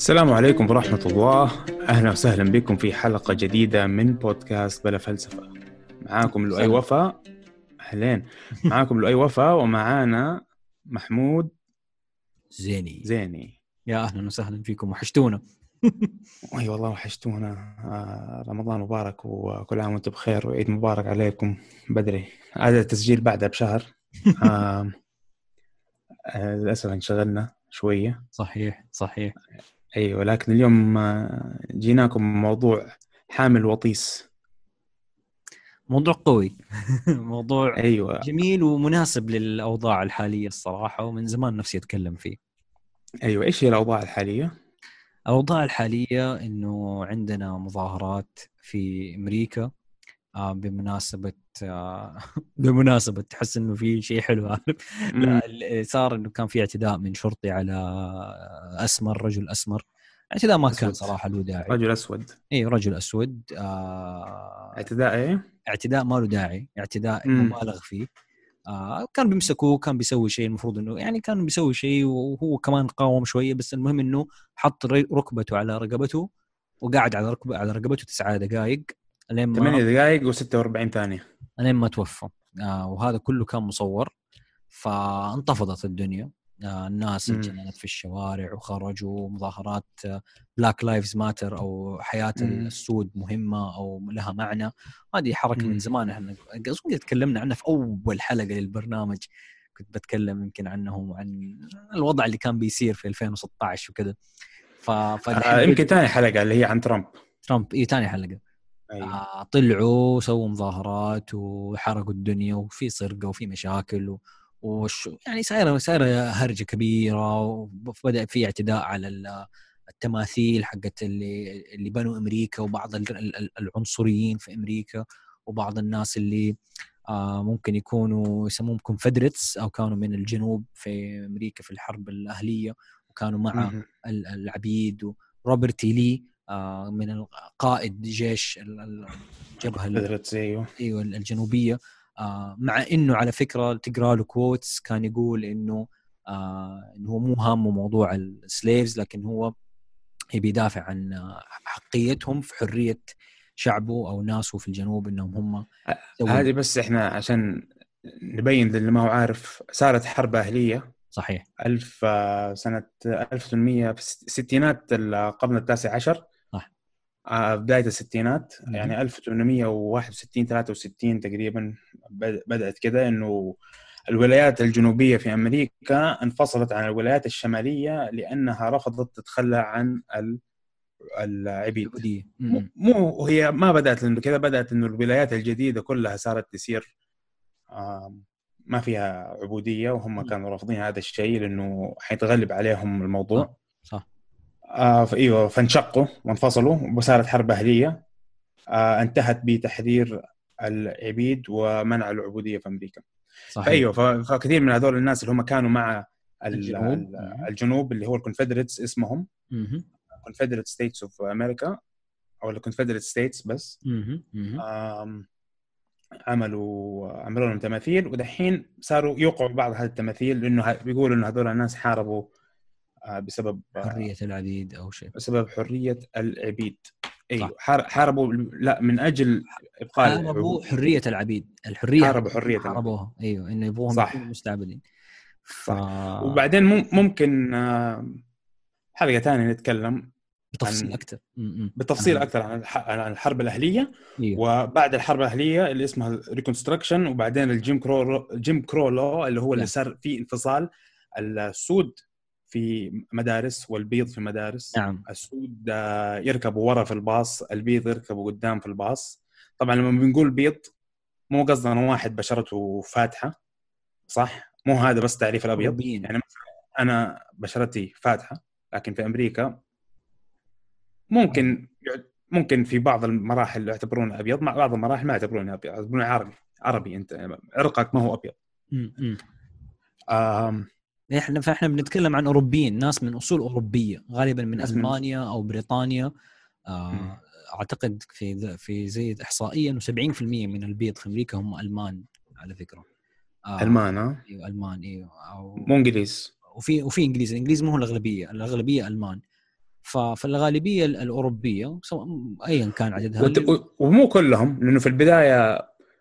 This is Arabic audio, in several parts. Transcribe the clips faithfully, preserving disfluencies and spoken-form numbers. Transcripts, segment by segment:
السلام عليكم ورحمة الله. أهلا وسهلا بكم في حلقة جديدة من بودكاست بلا فلسفة. معاكم لؤي وفا. أهلين. معاكم لؤي وفا ومعانا محمود زيني زيني. يا أهلا وسهلا فيكم، وحشتونا. أي والله وحشتونا. آه رمضان مبارك وكل عام وانتم بخير وعيد مبارك عليكم بدري. هذا التسجيل بعدها بشهر. آه آه للأسف انشغلنا شوية. صحيح صحيح. أيوة، ولكن اليوم آه جيناكم موضوع حامل وطيس. موضوع قوي. موضوع أيوة جميل ومناسب للأوضاع الحالية الصراحة، ومن زمان نفسي أتكلم فيه. أيوة، إيش هي الأوضاع الحالية؟ الأوضاع الحالية إنه عندنا مظاهرات في أمريكا آه بمناسبة آه بمناسبة تحس إنه في شيء حلو، عارف؟ لا، اللي صار إنه كان في اعتداء من شرطي على أسمر، رجل أسمر. اعتداء ما كان أسود. صراحة له داعي. رجل أسود. اي رجل اسود. آه اعتداء إيه؟ اعتداء ما له داعي، اعتداء امم مبالغ فيه. آه كان بيمسكوه، كان بيسوي شيء المفروض انه يعني كان بيسوي شيء، وهو كمان قاوم شويه، بس المهم انه حط ركبته على رقبته وقاعد على ركبه على رقبته تسعة دقائق لين ما ثمانية دقائق وستة وأربعين ثانية. لين ما توفى. آه وهذا كله كان مصور. فانتفضت الدنيا. آه الناس امم اتجننت في الشوارع وخرجوا مظاهرات بلاك لايفز ماتر، او حياة امم السود مهمة او لها معنى. هذه حركة من امم زمان، احنا اظن تكلمنا عنها في اول حلقة للبرنامج. كنت بتكلم يمكن عنهم وعن الوضع اللي كان بيصير في ألفين وستة عشر وكذا. ف آه فالحين يمكن رجعوا. ثاني حلقة اللي هي عن ترامب. ترامب اي ثاني حلقة. أيوة. آه طلعوا سووا مظاهرات وحرقوا الدنيا، وفي سرقة وفي مشاكل و... وش يعني صايرة صايرة هرجة كبيرة، وبدأ في اعتداء على التماثيل حقت اللي اللي بنوا أمريكا، وبعض العنصريين في أمريكا، وبعض الناس اللي آه ممكن يكونوا يسموهم كونفدريتس أو كانوا من الجنوب في أمريكا في الحرب الأهلية، وكانوا مع امم العبيد. وروبرت لي آه من قائد جيش الجبهة قدرت. أيوة. ايوه الجنوبيه. آه مع انه على فكره تقرا له كوتس كان يقول انه آه انه هو مو هامه موضوع السليفز، لكن هو يبي يدافع عن حقيتهم في حريه شعبه او ناسه في الجنوب، انهم هم آه، يسووا. هذه بس إحنا عشان نبين للي ما هو عارف، صارت حرب أهلية صحيح. ألف آه، سنة ألف وثمانمائة في الستينات القرن التاسع عشر. صح. آه، بداية الستينات م-م. يعني ألف وثمانمائة وواحد وستين ثلاثة وستين تقريبا بدأت كده إنه الولايات الجنوبية في أمريكا انفصلت عن الولايات الشمالية لأنها رفضت تتخلى عن العبيد. اليهوديه. مو هي ما بدأت لأنه كذا، بدأت إنه الولايات الجديدة كلها صارت تسير ما فيها عبودية، وهم م-م. كانوا رافضين هذا الشيء لأنه حيتغلب عليهم صح الموضوع. صح. آه فأيوه فانشقوا وانفصلوا وصارت حرب أهلية. آه انتهت بتحرير العبيد ومنع العبودية في أمريكا. صحيح. فأيوه فكثير من هذول الناس اللي هم كانوا مع الجنوب. م-م. الجنوب اللي هو الكونفدريتس اسمهم م-م. Confederate States of America أو الكونفدريت ستيتس بس. م-م. م-م. عملوا عملوا لهم تماثيل، ودحين صاروا يوقعوا بعض هذه التماثيل لأنه بيقولوا إنه هذول الناس حاربوا بسبب حريه العبيد او شيء. بسبب حرية العبيد. صح. أيوه حاربوا لا من أجل إبقاء حاربوا العبودية. حريه العبيد، الحريه حاربوا حقتهم حرية العبيد. حاربوها. ايوه انه يبغوهم يكونوا صح مستعبدين. ف صح. وبعدين ممكن حلقة ثانية نتكلم بتفصيل عن اكثر. م-م. بالتفصيل عن أكثر عن عن الحرب الأهلية، ايوه. وبعد الحرب الأهلية اللي اسمها ريكونستراكشن، وبعدين الجيم كرو جيم كرو لو اللي هو اللي يا صار فيه انفصال. السود في مدارس والبيض في مدارس. نعم. السود يركبوا ورا في الباص، البيض يركبوا قدام في الباص. طبعا لما بنقول بيض مو قصدنا واحد بشرته فاتحة، صح؟ مو هذا بس تعريف الأبيض. اوروبيين. يعني أنا بشرتي فاتحة، لكن في أمريكا ممكن ممكن في بعض المراحل يعتبرون أبيض، مع بعض المراحل ما يعتبرون أبيض، يعتبرون عربي. عربي أنت عرقك ما هو أبيض. م-م. آم احنا فاحنا بنتكلم عن اوروبيين، ناس من اصول اوروبيه غالبا من ناس من المانيا او بريطانيا. آه اعتقد في في زي احصائيا انه سبعين بالمئة من البيض في امريكا هم المان على فكره. آه ألمان. ايوه المان. ايوه او مو إنجليز. وفي وفي انجليز. الانجليز مو هو الاغلبيه، الاغلبيه المان. فالغالبيه الاوروبيه ايا كان عددها ومو كلهم، لانه في البدايه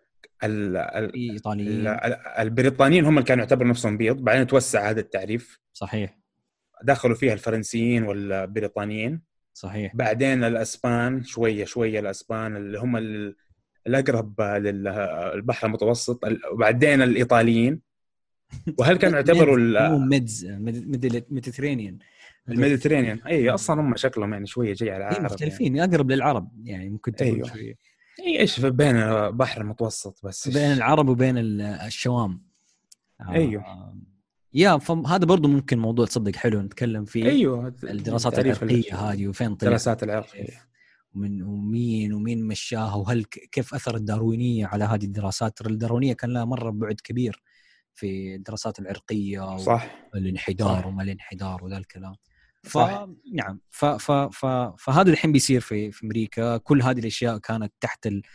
ال ال ايطاليين البريطانيين هم اللي كانوا يعتبروا نفسهم بيض، بعدين توسع هذا التعريف. صحيح. دخلوا فيها الفرنسيين والبريطانيين. صحيح. بعدين الاسبان شويه شويه، الاسبان اللي هم الاقرب للبحر المتوسط، وبعدين الايطاليين. وهل كانوا يعتبروا ميدز ميديترينيان الميديترينيان؟ اي اصلا هم شكلهم يعني شويه جاي على العرب، مختلفين يعني. اقرب للعرب يعني ممكن تقول أيوه. شويه اي ايش بين البحر المتوسط بس بين العرب وبين الشوام. ايوه آه يا فهذا برضو ممكن موضوع تصدق حلو نتكلم فيه. ايوه الدراسات العرقيه هذه وفين طلعت دراسات العرقيه ومن ومين ومين مشاها، وهل كيف اثر الداروينيه على هذه الدراسات. الداروينيه كان لها مره بعد كبير في الدراسات العرقيه، صح والانحدار صح. وما الانحدار وذا الكلام. ف نعم ف ف ف فهذا الحين بيصير في في امريكا. كل هذه الاشياء كانت تحت ال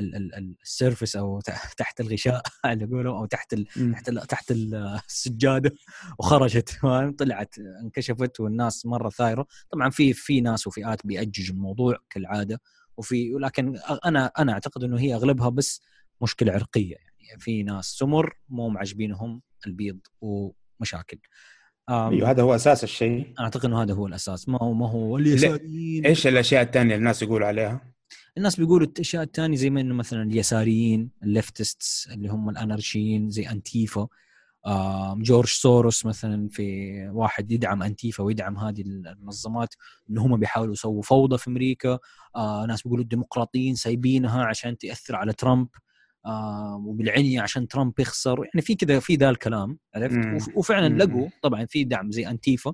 السيرفس او تحت الغشاء على قولهم، او تحت ال تحت ال تحت السجاده، وخرجت طلعت انكشفت والناس مره ثايره. طبعا في في ناس وفئات بيأججوا الموضوع كالعاده، وفي ولكن انا انا اعتقد انه هي اغلبها بس مشكله عرقيه. يعني في ناس سمر مو معجبينهم البيض ومشاكل. ايوه هذا هو اساس الشيء. اعتقد انه هذا هو الاساس، ما هو ما هو اليساريين. ايش الاشياء الثانيه الناس يقولوا عليها؟ الناس بيقولوا الاشياء الثانيه زي ما انه مثلا اليساريين الليفتستس اللي هم الانارشيين زي انتيفا. آه جورج سوروس مثلا، في واحد يدعم انتيفا ويدعم هذه المنظمات، ان هم بيحاولوا يسووا فوضى في امريكا. آه ناس بيقولوا الديمقراطيين سايبينها عشان تاثر على ترامب، آه وبالعنية عشان ترامب يخسر. يعني في كذا في ذا الكلام عرفت. مم. وفعلا مم. لقوا طبعا في دعم زي انتيفا.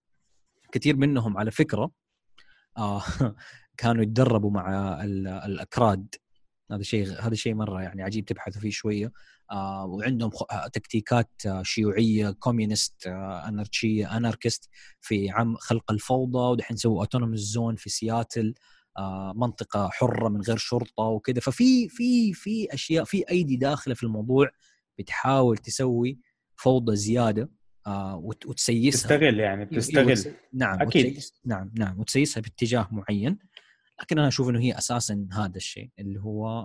كثير منهم على فكرة آه كانوا يتدربوا مع الأكراد. هذا شيء هذا شيء مرة يعني عجيب تبحثوا فيه شوية. آه وعندهم تكتيكات شيوعية كوميونست آه أنارشية أناركست في عم خلق الفوضى. ودحين سووا أوتونوموس زون في سياتل، آه منطقة حرة من غير شرطة وكذا. ففي في في أشياء، في أيدي داخلة في الموضوع بتحاول تسوي فوضى زيادة آه وتسيسها. تستغل يعني تستغل وتس... نعم أكيد. وتسيس... نعم نعم وتسيسها باتجاه معين. لكن أنا أشوف إنه هي أساساً هذا الشيء اللي هو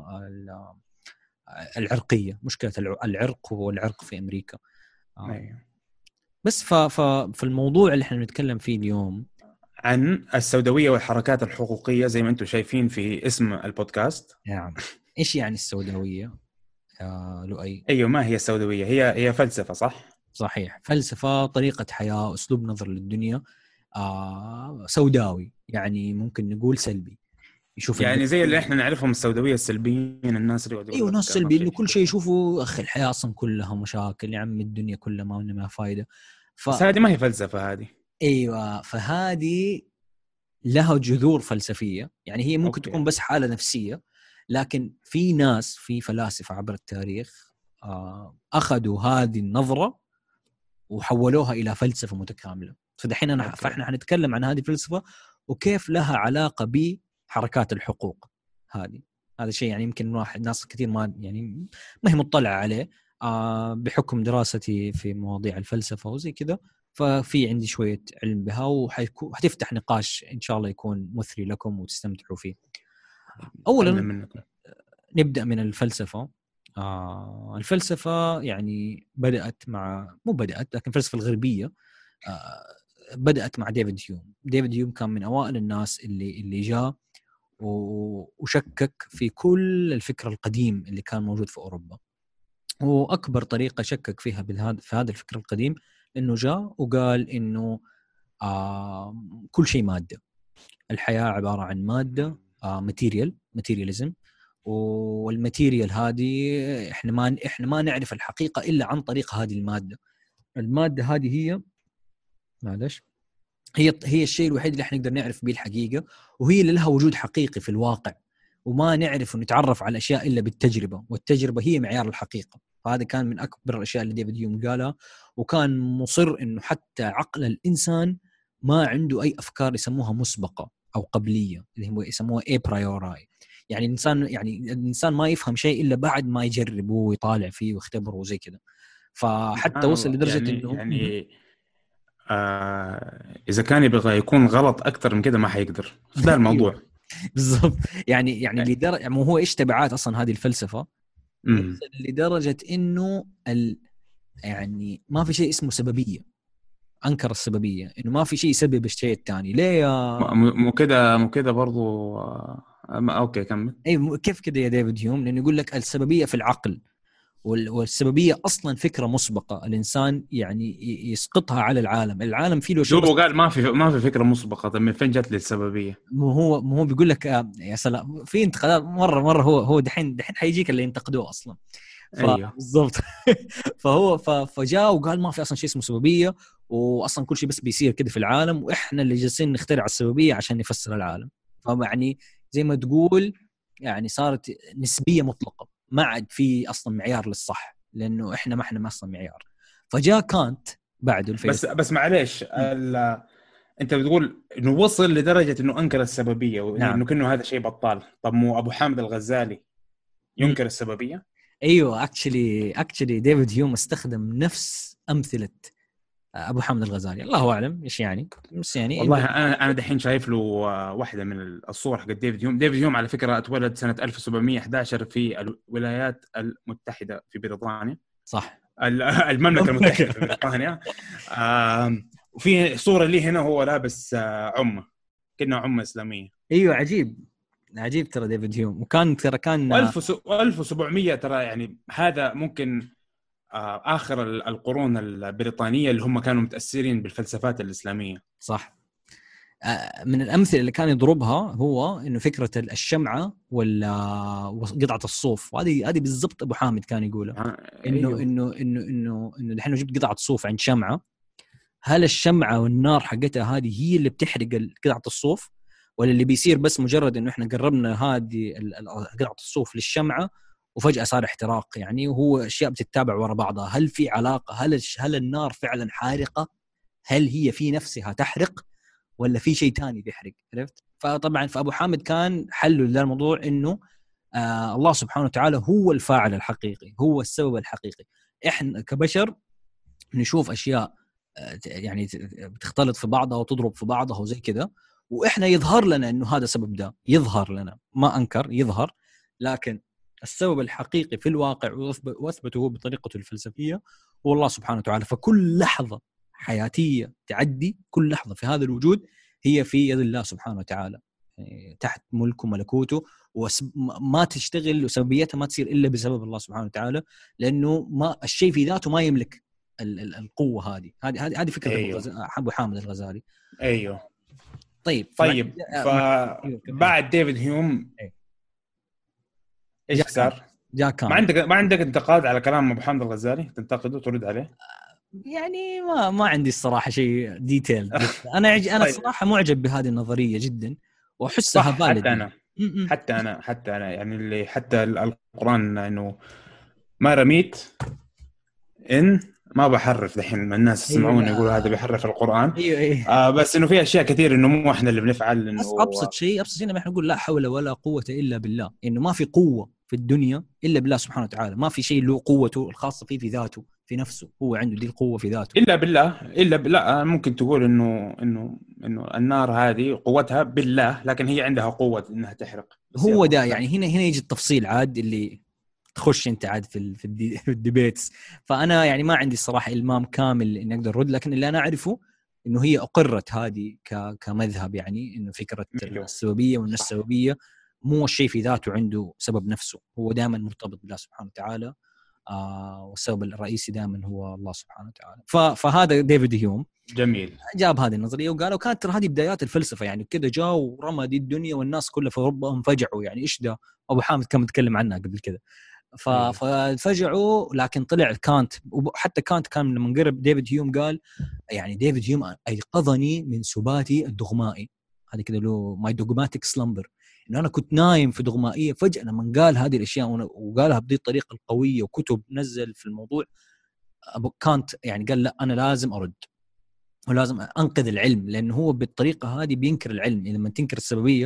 العرقية، مشكلة العرق والعرق في أمريكا. أيوه. بس ف... ف... في الموضوع اللي إحنا نتكلم فيه اليوم عن السوداوية والحركات الحقوقية زي ما أنتم شايفين في اسم البودكاست. نعم. إيش يعني السوداوية يا لؤي؟ أيوه ما هي السوداوية؟ هي هي فلسفة صح؟ صحيح، فلسفة، طريقة حياة، أسلوب نظر للدنيا آه سوداوي، يعني ممكن نقول سلبي. يشوف يعني زي اللي احنا نعرفهم السوداويه السلبيين، الناس اللي ايوه ناس سلبي انه كل شيء يشوفوا اخي الحياه اصلا كلها مشاكل يا عم، الدنيا كلها ما لها فايده. ف... بس هذه ما هي فلسفه هذه. ايوه فهذه لها جذور فلسفيه، يعني هي ممكن أوكي. تكون بس حاله نفسيه، لكن في ناس في فلاسفه عبر التاريخ آه اخذوا هذه النظره وحولوها الى فلسفه متكامله. فدحين انا فاحنا حنتكلم عن هذه الفلسفه وكيف لها علاقه ب حركات الحقوق هذه. هذا شيء يعني يمكن واحد ناس كثير ما يعني ما هي مطلع عليه آه بحكم دراستي في مواضيع الفلسفة وزي كذا. ففي عندي شوية علم بها، وحتفتح نقاش إن شاء الله يكون مثري لكم وتستمتعوا فيه. أولا نبدأ من الفلسفة. آه الفلسفة يعني بدأت مع مو بدأت لكن الفلسفة الغربية آه بدأت مع ديفيد هيوم. ديفيد هيوم كان من أوائل الناس اللي اللي جاء وشكك في كل الفكر القديم اللي كان موجود في أوروبا. وأكبر طريقة شكك فيها بهذا في هذا الفكر القديم إنه جاء وقال إنه آه كل شيء مادة، الحياة عبارة عن مادة، آه ماتيريال ماتيرياليزم. والماتيريال هذه إحنا ما إحنا ما نعرف الحقيقة إلا عن طريق هذه المادة. المادة هذه هي معلش هي هي الشيء الوحيد اللي احنا نقدر نعرف به الحقيقة، وهي اللي لها وجود حقيقي في الواقع. وما نعرف ونتعرف على الأشياء إلا بالتجربة، والتجربة هي معيار الحقيقة. فهذا كان من أكبر الأشياء اللي ديفيد هيوم قالها. وكان مصر إنه حتى عقل الإنسان ما عنده أي أفكار يسموها مسبقة أو قبلية، اللي هم يسموها a priori. يعني الإنسان يعني الإنسان ما يفهم شيء إلا بعد ما يجربه ويطالع فيه ويختبره وزي كده. فحتى وصل لدرجة يعني إنه يعني آه اذا كان يبغى يكون غلط اكثر من كده ما حيقدر في ده الموضوع. بالضبط. يعني يعني لدرجه مو هو ايش تبعات اصلا هذه الفلسفه، امم وصل لدرجه انه ال... يعني ما في شيء اسمه سببيه، انكر السببيه، انه ما في شيء يسبب الشيء الثاني. ليه يا مو كده مو كده برضو. آه اوكي كمل. اي كيف كده يا ديفيد هيوم؟ لانه يقول لك السببيه في العقل، والسببيه اصلا فكره مسبقه الانسان يعني يسقطها على العالم. العالم فيه له شيء بس. دوبه قال ما في ما في فكره مسبقه. طيب من فين جت لي السببيه؟ مو هو مو هو بيقول لك آه يا سلام، في انتقادات مره مره. هو هو دحين دحين حيجيك اللي ينتقدوه اصلا. ايوه فبالضبط. فهو فجاء وقال ما في اصلا شيء اسمه سببيه، واصلا كل شيء بس بيصير كده في العالم، واحنا اللي جالسين نخترع السببيه عشان نفسر العالم. فيعني زي ما تقول يعني صارت نسبيه مطلقه، ما عاد في اصلا معيار للصح، لانه احنا ما احنا ما اصلا معيار. فجاء كانت بعده بس الفيلسوف. بس معليش ال... انت بتقول انه وصل لدرجه انه انكر السببيه نعم. وانه كانه هذا شيء بطال. طب مو ابو حامد الغزالي مم. ينكر السببيه؟ ايوه، اكشلي اكشلي ديفيد هيوم استخدم نفس امثله ابو حامد الغزالي. الله اعلم ايش يعني، بس يعني والله انه انا انا دحين شايف له واحده من الصور حق ديفيد هيوم. ديفيد هيوم على فكره اتولد سنه ألف وسبعمية وإحدى عشر في الولايات المتحده في بريطانيا، صح. المملكه المتحده في بريطانيا. وفي صوره لي هنا هو لابس عمه، كأنه عمه اسلاميه. ايوه عجيب، عجيب ترى ديفيد هيوم. وكان ترى كان ألف وسبعمية ترى، يعني هذا ممكن آخر القرون البريطانية اللي هم كانوا متأثرين بالفلسفات الإسلامية. صح. من الأمثلة اللي كان يضربها هو إنه فكرة الشمعة ولا قطعة الصوف، وهذه هذه بالضبط أبو حامد كان يقولها. إنه أيوه. إنه إنه إنه إنه الحين لو جبت قطعة صوف عند شمعة، هل الشمعة والنار حقتها هذه هي اللي بتحرق قطعة الصوف، ولا اللي بيصير بس مجرد إنه إحنا قربنا هذه قطعة الصوف للشمعة وفجأة صار احتراق يعني، وهو أشياء بتتابع ورا بعضها؟ هل في علاقة؟ هل هل النار فعلا حارقة؟ هل هي في نفسها تحرق ولا في شيء تاني بيحرق؟ عرفت؟ فطبعا فأبو حامد كان حله للموضوع إنه آه الله سبحانه وتعالى هو الفاعل الحقيقي، هو السبب الحقيقي. إحنا كبشر نشوف أشياء آه يعني بتختلط في بعضها وتضرب في بعضها وزي كذا، وإحنا يظهر لنا إنه هذا سبب، ده يظهر لنا، ما أنكر يظهر، لكن السبب الحقيقي في الواقع واثبته بطريقته الفلسفيه هو الله سبحانه وتعالى. فكل لحظه حياتيه تعدي، كل لحظه في هذا الوجود هي في يد الله سبحانه وتعالى، تحت ملكه وملكوته، وما تشتغل وسببيتها ما تصير الا بسبب الله سبحانه وتعالى، لانه ما الشيء في ذاته ما يملك القوه هذه. هذه هذه فكره أيوه. ابو حامد الغزالي. أيوه. طيب طيب فبعد ديفيد هيوم ايش صار؟ جاء كان ما عندك ما عندك انتقاد على كلام ابو حامد الغزالي تنتقده ترد عليه؟ يعني ما ما عندي الصراحه شيء ديتيل. انا عج... انا الصراحه معجب بهذه النظريه جدا واحسها فاليد. حتى انا م-م. حتى انا حتى انا يعني اللي حتى القرآن انه ما رميت ان ما بحرف. دحين الناس يسمعون أيوة. يقولوا هذا بيحرف القرآن. ايوه ايوه. آه بس انه في اشياء كثير انه مو احنا اللي بنفعل. انه ابسط شيء ابسط شيء احنا نقول لا حول ولا قوه الا بالله، انه ما في قوه في الدنيا الا بالله سبحانه وتعالى. ما في شيء له قوته الخاصه فيه في ذاته في نفسه، هو عنده دي القوه في ذاته الا بالله. الا بالله ممكن تقول انه انه انه النار هذه قوتها بالله، لكن هي عندها قوه انها تحرق. هو ده يعني هنا هنا يجي التفصيل عاد اللي تخش انت عاد في في الديبيتس. فانا يعني ما عندي الصراحه المام كامل اني اقدر ارد، لكن اللي انا اعرفه انه هي اقرت هذه كمذهب، يعني انه فكره السببيه، وان السببيه مو الشيء في ذاته عنده سبب نفسه، هو دائما مرتبط بالله سبحانه وتعالى. آه والسبب الرئيسي دائما هو الله سبحانه وتعالى. فهذا ديفيد هيوم جميل جاب هذه النظريه وقال، وكانت ترى هذه بدايات الفلسفه يعني كذا، جاء ورمى دي الدنيا والناس كلها في اوروبا انفجعوا يعني ايش ده. ابو حامد كان متكلم عنها قبل كذا فانفجعوا. لكن طلع كانت، وحتى كانت كان لما قرب ديفيد هيوم قال يعني ديفيد هيوم ايقظني من سباتي الدغمائي. هذا كذا له ماي دوغماتيك سلمبر، انه انا كنت نايم في دغمائيه، فجاه لما قال هذه الاشياء وقالها بهذه الطريقه القويه وكتب نزل في الموضوع، ابو كانت يعني قال لا انا لازم ارد ولازم انقذ العلم، لانه هو بالطريقه هذه بينكر العلم. لما تنكر السببيه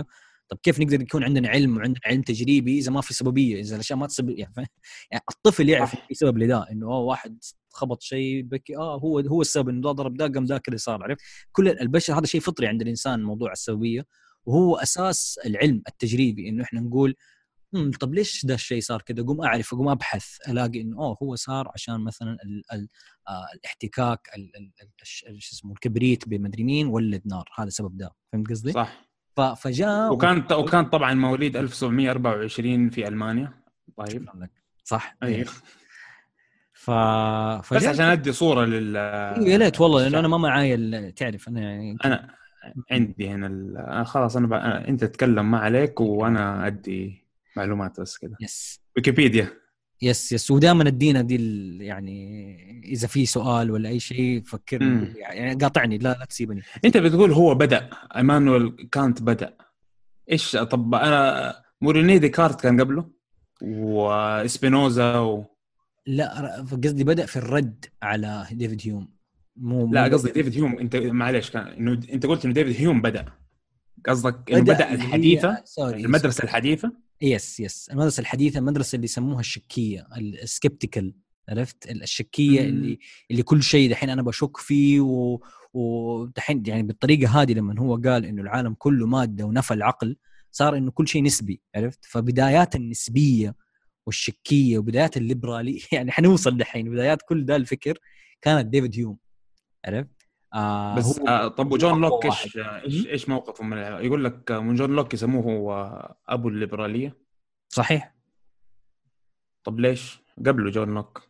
طب كيف نقدر يكون عندنا علم وعندنا علم تجريبي اذا ما في سببيه، اذا الاشياء ما تسبب يعني, يعني الطفل يعرف في سبب لذا، انه اه واحد خبط شيء بكي اه هو هو السبب، انه ده ضرب ده قام ده كذا صار. عرفت كل البشر هذا شيء فطري عند الانسان موضوع السببيه، وهو اساس العلم التجريبي، انه احنا نقول امم طب ليش ده الشيء صار كذا، اقوم اعرف اقوم ابحث الاقي انه اوه هو صار عشان مثلا ال ال آه الاحتكاك ال ال ال شو اسمه الكبريت بمدري مين ولد نار، هذا سبب ده. فهمت قصدي؟ صح. فجاء وكان وكان طبعا مواليد ألف وسبعمية وأربعة وعشرين في ألمانيا. طيب صح. ايوه. ف... بس فجاء عشان ادي صوره لل يا ليت والله، لانه انا ما معايا ال... تعرف انا يعني انا عندي هنا ال... خلاص انا, ب... أنا انت تتكلم ما عليك وانا ادي معلومات بس كده. يس ويكيبيديا. يس يس ودائما ادينا دي ال... يعني اذا في سؤال ولا اي شيء فكرني مم. يعني قاطعني، لا لا تسيبني. انت بتقول هو بدأ ايمانويل كانت بدأ ايش؟ طب انا موريني ديكارت كان قبله واسبينوزا و... لا قصدي بدأ في الرد على ديفيد هيوم، مو لا مو قصدي ديفيد هيوم. انت معليش كان انه انت قلت انه ديفيد هيوم بدأ، قصدك انه بدأ بدأ اللي هي الحديثة، سوري المدرسة الحديثة. يس يس المدرسة الحديثة، المدرسة اللي يسموها الشكية السكبتيكال. عرفت الشكية اللي اللي كل شيء دحين أنا بشك فيه و ودحين يعني بالطريقة هذه لما هو قال إنه العالم كله مادة ونفى العقل، صار إنه كل شيء نسبي. عرفت؟ فبدايات النسبية والشكية وبدايات الليبرالية يعني حنوصل دحين بدايات كل ده الفكر كانت ديفيد هيوم. عرفت؟ آه بس هو آه طب وجون لوك ايش واحد. ايش ايش موقفه من الع- يقول لك من جون لوك يسموه هو ابو الليبراليه. صحيح. طب ليش قبله جون لوك؟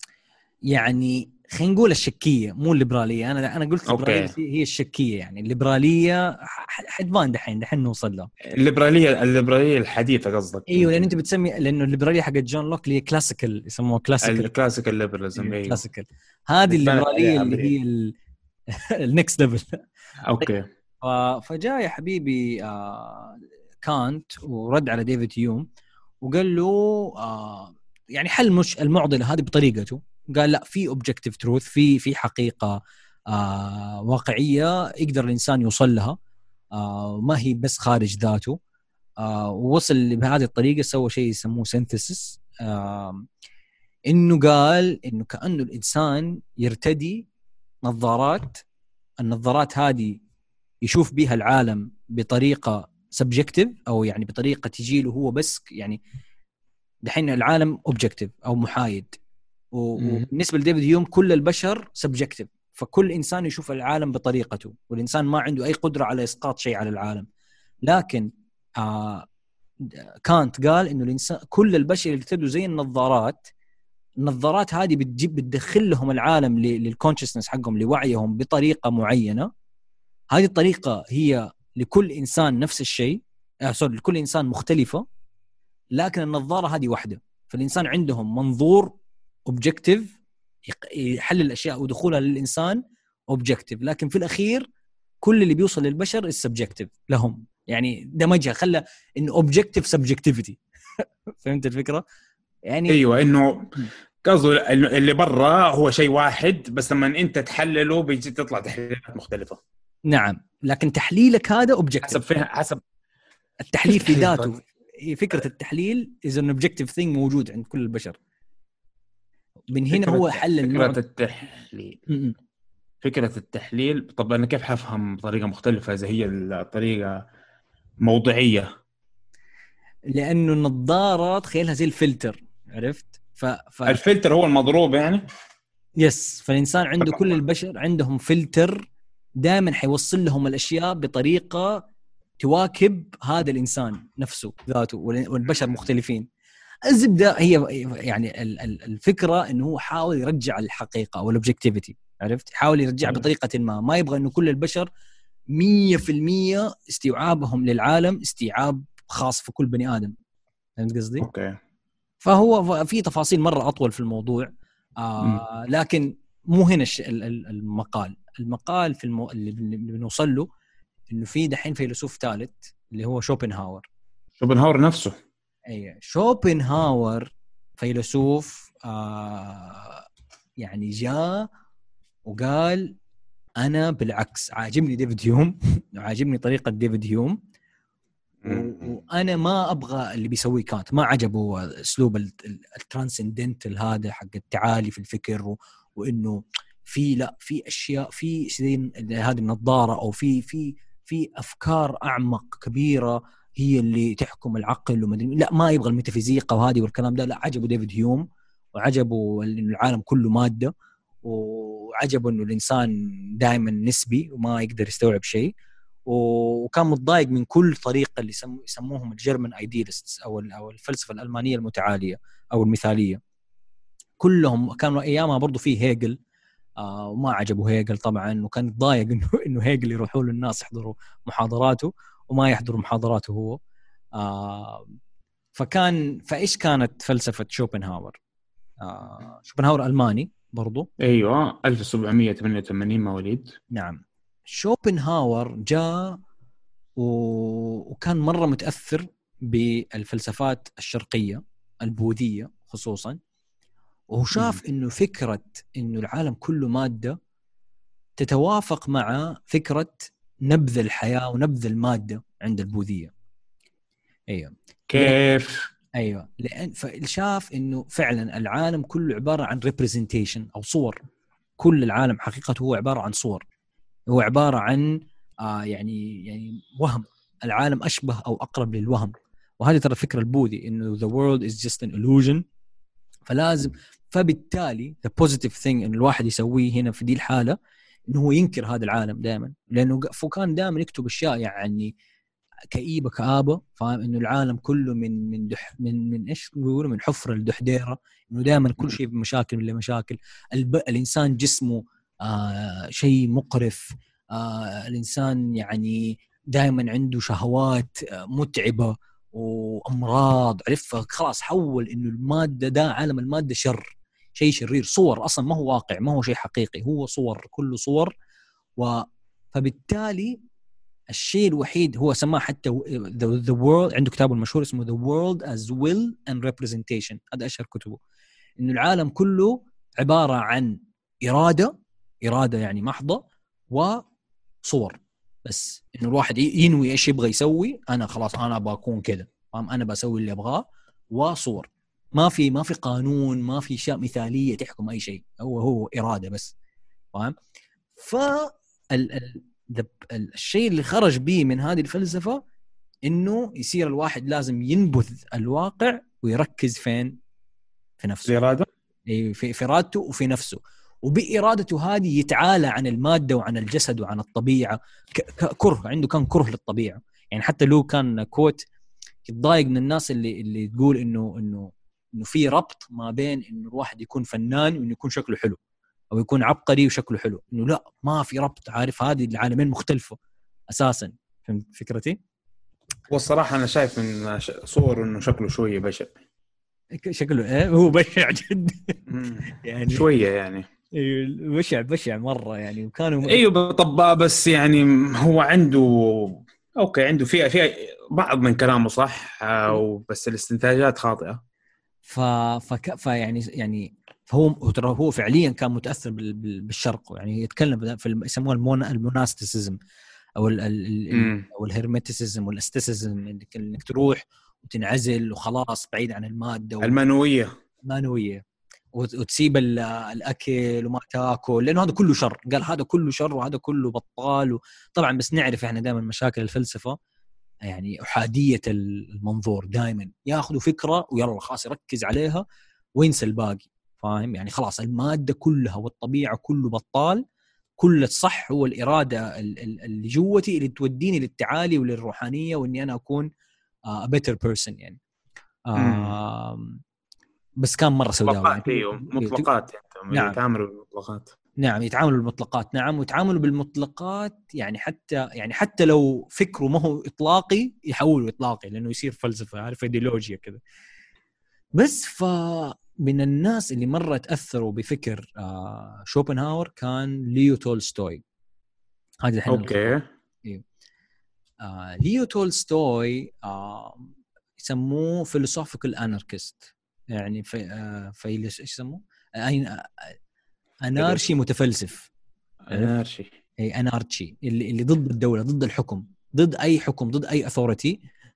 يعني خلينا نقول الشكيه مو الليبراليه، انا انا قلت الليبراليه اوكي. بس هي الشكيه. يعني الليبراليه حدبان دحين دحين نوصل له. الليبراليه الليبراليه الحديثه قصدك ايوه لان يمكن. انت بتسمي، لانه الليبراليه حقت جون لوك اللي هي كلاسيكال يسموها كلاسيكال. الكلاسيكال ليبراليزم ايوه. كلاسيكال هذه بتبنت الليبراليه عليها اللي هي امريكا. النكست ليفل. اوكي. فجاء يا حبيبي آه كانت ورد على ديفيد هيوم وقال له آه يعني حل مش المعضله هذه بطريقته. قال لا في اوبجكتيف تروث، في في حقيقه آه واقعيه يقدر الانسان يوصل لها، آه ما هي بس خارج ذاته. آه ووصل بهذه الطريقه، سوى شيء يسموه سينثيسيس. آه انه قال انه كانه الانسان يرتدي نظارات، النظارات هذه يشوف بها العالم بطريقه سبجكتيف او يعني بطريقه تجي له هو بس. يعني دحين العالم اوبجكتيف او محايد، وبالنسبه لديفيد هيوم كل البشر سبجكتيف، فكل انسان يشوف العالم بطريقته، والانسان ما عنده اي قدره على اسقاط شيء على العالم. لكن آه كانت قال انه الانسان كل البشر اللي يرتدوا زي النظارات، النظارات هذه بتجيب بتدخل لهم العالم للكونشسنس حقهم لوعيهم بطريقه معينه. هذه الطريقه هي لكل انسان نفس الشيء، آه سوري لكل انسان مختلفه، لكن النظاره هذه واحده. فالانسان عندهم منظور اوبجكتيف يحلل الاشياء ودخولها للانسان اوبجكتيف، لكن في الاخير كل اللي بيوصل للبشر السبجكتيف لهم. يعني دمجها خلى انه اوبجكتيف سبجكتيفيتي. فهمت الفكره؟ يعني ايوه انه قصده اللي برا هو شيء واحد بس لما انت تحلله بيجي تطلع تحليلات مختلفه. نعم لكن تحليلك هذا اوبجكتيف حسب فيها حسب التحليل في ذاته. فكره التحليل اذا ان اوبجكتيف ثينج موجود عند كل البشر. من هنا هو حل النوع النوع. فكرة التحليل. م-م. فكرة التحليل طب أنا كيف حفهم بطريقة مختلفة إذا هي الطريقة موضوعية؟ لانه النظاره تخيلها زي الفلتر. عرفت؟ ف... ف... الفلتر هو المضروب يعني. يس فالانسان عنده كل البشر عندهم فلتر دائما حيوصل لهم الاشياء بطريقه تواكب هذا الانسان نفسه ذاته، والبشر مختلفين. الزبده هي يعني الفكره انه هو حاول يرجع الحقيقه او الاوبجكتيفيتي. عرفت؟ يحاول يرجع بطريقه ما ما يبغى انه كل البشر مية في المية استيعابهم للعالم استيعاب خاص في كل بني ادم. فهمت قصدي؟ اوكي. فهو في تفاصيل مره اطول في الموضوع. آه لكن مو هنا المقال. المقال في المو... اللي بنوصل له انه في دحين فيلسوف ثالث اللي هو شوبنهاور. شوبنهاور نفسه. اي شوبنهاور فيلسوف آه يعني جاء وقال انا بالعكس عاجبني ديفيد هيوم وعاجبني طريقه ديفيد هيوم وانا ما ابغى اللي بيسويه كانت، ما عجبه اسلوب الترانسندنتال هذا حق التعالي في الفكر و... وانه في لا في اشياء في سين هذه النظاره او في في في افكار اعمق كبيره هي اللي تحكم العقل ومدري لا، ما يبغى الميتافيزيقا وهذه والكلام ده. لا، عجبه ديفيد هيوم وعجبه انه العالم كله ماده، وعجبه انه الانسان دائما نسبي وما يقدر يستوعب شيء، وكان متضايق من كل طريقه اللي يسموهم الجيرمان ايديالستس او او الفلسفه الالمانيه المتعاليه او المثاليه. كلهم كانوا ايامها برضو فيه هيجل، آه وما عجبه هيجل طبعا، وكان ضايق انه انه هيجل يروحوا له الناس يحضروا محاضراته وما يحضروا محاضراته هو. آه فكان فايش كانت فلسفه شوبنهاور؟ آه شوبنهاور الماني برضو، ايوه ألف وسبعمية وثمانية وثمانين مواليد. نعم. شوبنهاور جاء وكان مرة متأثر بالفلسفات الشرقية البوذية خصوصا، وهو شاف إنه فكرة إنه العالم كله مادة تتوافق مع فكرة نبذ الحياة ونبذ المادة عند البوذية. أيوة كيف؟ أيوة لأن فشاف إنه فعلا العالم كله عبارة عن representation أو صور. كل العالم حقيقته هو عبارة عن صور، هو عبارة عن آه يعني يعني وهم. العالم أشبه أو أقرب للوهم، وهذه ترى الفكرة البوذي إنه the world is just an illusion. فلازم فبالتالي the positive thing إن الواحد يسويه هنا في دي الحالة إنه هو ينكر هذا العالم دائما، لأنه فكان دائما يكتب أشياء يعني كئيبة كآبة، فاهم إنه العالم كله من من دح من من إيش بيقولوا من حفرة لدحديرة، إنه دائما كل شيء بمشاكل ولا مشاكل. الب... الإنسان جسمه آه شيء مقرف، آه الإنسان يعني دائما عنده شهوات آه متعبة وأمراض، عرف خلاص حول إنه المادة ده عالم المادة شر، شيء شرير، صور أصلا ما هو واقع، ما هو شيء حقيقي، هو صور، كله صور. و فبالتالي الشيء الوحيد هو سماه حتى the, the world، عنده كتابه المشهور اسمه The World as Will and Representation، هذا أشهر كتبه، إنه العالم كله عبارة عن إرادة، إرادة يعني محضة وصور بس، إنه الواحد ينوي إيش يبغى يسوي، أنا خلاص أنا بكون كذا، أنا بسوي اللي أبغاه، وصور. ما في ما في قانون، ما في أشياء مثالية تحكم أي شيء، هو هو إرادة بس، فاهم؟ فال الشيء اللي خرج به من هذه الفلسفة إنه يصير الواحد لازم ينبذ الواقع ويركز فين؟ في نفسه، الإرادة، في في إرادته وفي نفسه، وبإرادته هذه يتعالى عن المادة وعن الجسد وعن الطبيعة. كره عنده كان كره للطبيعة، يعني حتى لو كان كوت يتضايق من الناس اللي اللي تقول إنه إنه إنه في ربط ما بين إنه الواحد يكون فنان وإنه يكون شكله حلو، أو يكون عبقري وشكله حلو، إنه لا ما في ربط، عارف هذه العالمين مختلفة أساساً. فهمت فكرتي؟ والصراحة أنا شايف من صور إنه شكله شوية بشع. شكله إيه هو بشع جد يعني شوية يعني بشع بشع مرة يعني. وكانوا أيوة طب بس يعني هو عنده أوكي عنده فيها فيها بعض من كلامه صح، بس الاستنتاجات خاطئة. ف فك فيعني يعني فهو ترى هو فعليا كان متاثر بالشرق، يعني يتكلم في يسموها الموناستيسيزم او ال ال او الهيرميتيسيزم والاستيسيزم، انك تروح وتنعزل وخلاص بعيد عن الماده، المانويه المانويه، وتسيب الاكل وما تاكل، لانه هذا كله شر. قال هذا كله شر وهذا كله بطال. طبعا بس نعرف احنا دائما مشاكل الفلسفه يعني أحادية المنظور، دائما ياخذوا فكرة ويلا خلاص يركز عليها وينسى الباقي، فاهم؟ يعني خلاص المادة كلها والطبيعة كله بطال، كل الصح هو الإرادة اللي جوتي اللي توديني للتعالي وللروحانية وإني أنا أكون a better person يعني. بس كان مرة سوداوي مطلقات، ايوه مطلقات يعني. نعم. يتعاملوا بالمطلقات، نعم يتعاملوا بالمطلقات، نعم ويتعاملوا بالمطلقات يعني حتى يعني حتى لو فكره ما هو إطلاقي يحولوا إطلاقي لأنه يصير فلسفة، عارف ايديولوجيا كذا. بس فمن الناس اللي مرة تأثروا بفكر آه شوبنهاور كان ليو تولستوي. هذا الحين اوكي إيه. آه ليو تولستوي آه يسموه فيلوسوفيكال اناركست، يعني في آه في ايش يسموه آه أنارشي متفلسف. أنارشي أي أنارشي اللي اللي ضد الدولة، ضد الحكم، ضد أي حكم، ضد أي أثورتي،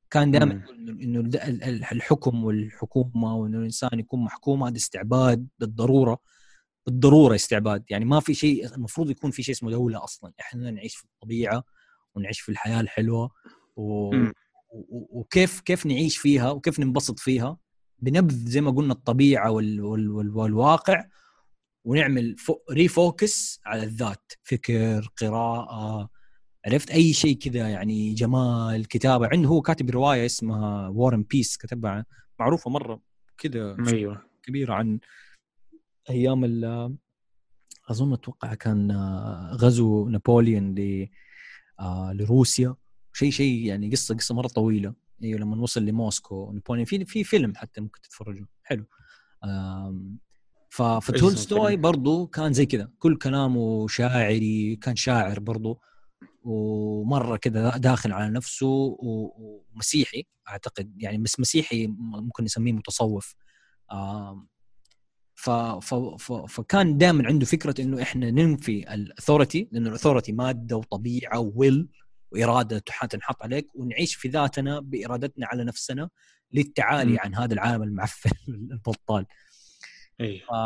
كان دائما مم. يقول انه الد- ال- ال- الحكم والحكومه وانه الانسان يكون محكوم هذا استعباد بالضروره، بالضروره استعباد. يعني ما في شيء المفروض يكون في شيء اسمه دوله اصلا. احنا نعيش في الطبيعه ونعيش في الحياه الحلوه و... مم. و- وكيف كيف نعيش فيها وكيف ننبسط فيها بنبذ زي ما قلنا الطبيعه وال... وال... وال... والواقع، ونعمل فو... ريفوكس على الذات، فكر، قراءه، عرفت اي شيء كذا يعني، جمال، كتابه. عنده هو كاتب روايه اسمها وارن بيس، كتبها معروفه مره كذا ايوه كبيره عن ايام ال... اظن اتوقع كان غزو نابليون ل... آه لروسيا، شيء شيء يعني قصه قصه مره طويله. ايوه لما وصل لموسكو نابليون، في في فيلم حتى ممكن تتفرجوا حلو. آم، ف- ايش اسم فتولستوي الفيلم؟ برضو كان زي كذا، كل كلامه شاعري، كان شاعر برضو، ومره كذا داخل على نفسه، و- ومسيحي اعتقد يعني، بس مسيحي ممكن نسميه متصوف. آم، ف ف ف فكان دائما عنده فكره انه احنا ننفي الاثوريتي، لانه الاثوريتي ماده وطبيعه وويل واراده تنحط عليك، ونعيش في ذاتنا بارادتنا على نفسنا للتعالي مم. عن هذا العالم المعفن البطال. ايوه ف...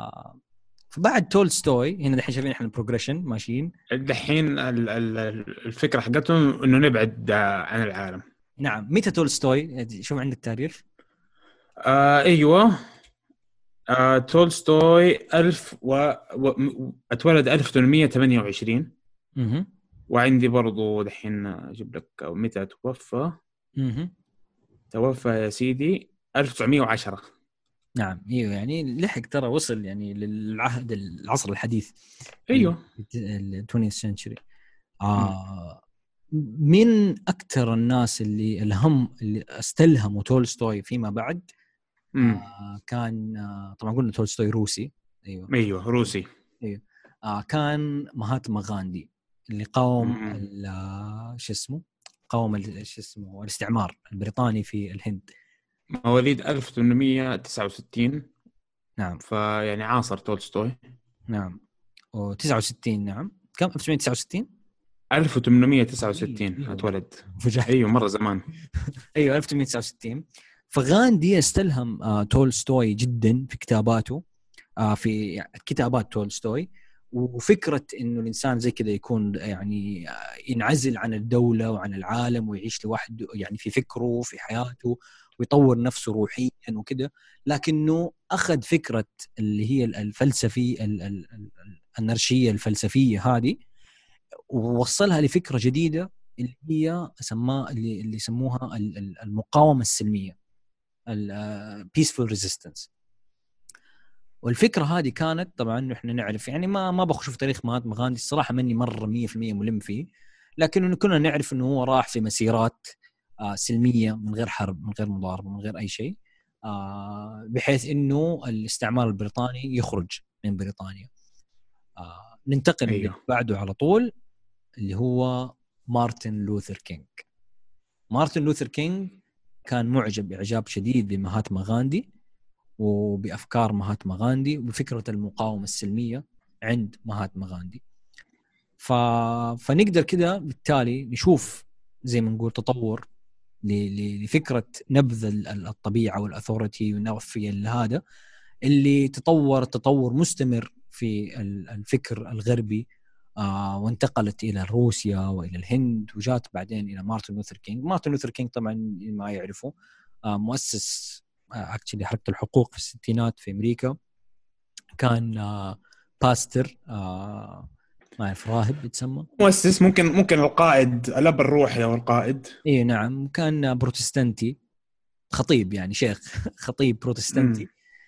فبعد تولستوي هنا الحين شايفين احنا البروجريشن ماشيين. الحين ال- ال- الفكره حقتهم انه نبعد عن العالم. نعم. متى تولستوي؟ شوف عندك تاريخ. آه ايوه آه تولستوي ألف و... و... اتولد ألف وثمانمائة وثمانية وعشرين. اها وعندي برضو دحين اجيب لك متى توفى. اها توفى يا سيدي ألف وتسعمائة وعشرة. نعم ايوه يعني لحق ترى، وصل يعني للعهد العصر الحديث، ايوه ال twentieth century. آه من اكثر الناس اللي الهم اللي استلهموا تولستوي فيما بعد، امم آه كان آه طبعا قلنا تولستوي روسي. ايوه ايوه روسي. ايوه. آه كان مهاتما غاندي اللي قاوم مم. ال- آه، شو اسمه قاوم ال- شو اسمه الاستعمار البريطاني في الهند. مواليد ألف وثمانمائة وتسعة وستين. نعم فيعني عاصر تولستوي. نعم. و69 نعم كم ألف وتسعمائة وتسعة وستين. ألف وثمانمائة وتسعة وستين اتولد. فجأة. ايوه مره زمان. ايوه ألف وتسعمائة وتسعة وستين. فغاندي استلهم آه تولستوي جدا في كتاباته، آه في يعني كتابات تولستوي، وفكرة إنه الإنسان زي كذا يكون يعني آه، ينعزل عن الدولة وعن العالم ويعيش لوحده، يعني في فكره وفي حياته ويطور نفسه روحيا وكذا. لكنه أخذ فكرة اللي هي الفلسفي ال- ال- ال- النرشية الفلسفية هذه، ووصلها لفكرة جديدة اللي هي سماها اللي اللي يسموها ال- ال- المقاومة السلمية، ال peaceful resistance. والفكرة هذه كانت طبعا احنا نعرف يعني ما ما بخش في تاريخ مهاتما غاندي الصراحة مني مرة مية في المية ملم فيه، لكن كنا نعرف انه هو راح في مسيرات آه سلمية من غير حرب، من غير مضاربة، من غير اي شيء، آه بحيث انه الاستعمار البريطاني يخرج من بريطانيا. آه ننتقل اللي ايوه بعده على طول، اللي هو مارتن لوثر كينج. مارتن لوثر كينج كان معجب إعجاب شديد بمهاتما غاندي وبأفكار مهاتما غاندي وبفكرة المقاومة السلمية عند مهاتما غاندي. ف... فنقدر كده بالتالي نشوف زي ما نقول تطور ل... ل... لفكرة نبذ الطبيعة والأثوريتي ونوفي هذا اللي تطور تطور مستمر في الفكر الغربي، آه وانتقلت إلى روسيا وإلى الهند وجات بعدين إلى مارتن لوثر كينج. مارتن لوثر كينج طبعا ما يعرفه آه مؤسس اكشلي حركة الحقوق في الستينات في أمريكا. كان آه باستر، آه ما أعرف راهب يتسمى، مؤسس، ممكن ممكن القائد، الأب الروحي أو القائد. إيه نعم. كان بروتستانتي، خطيب يعني شيخ خطيب بروتستانتي.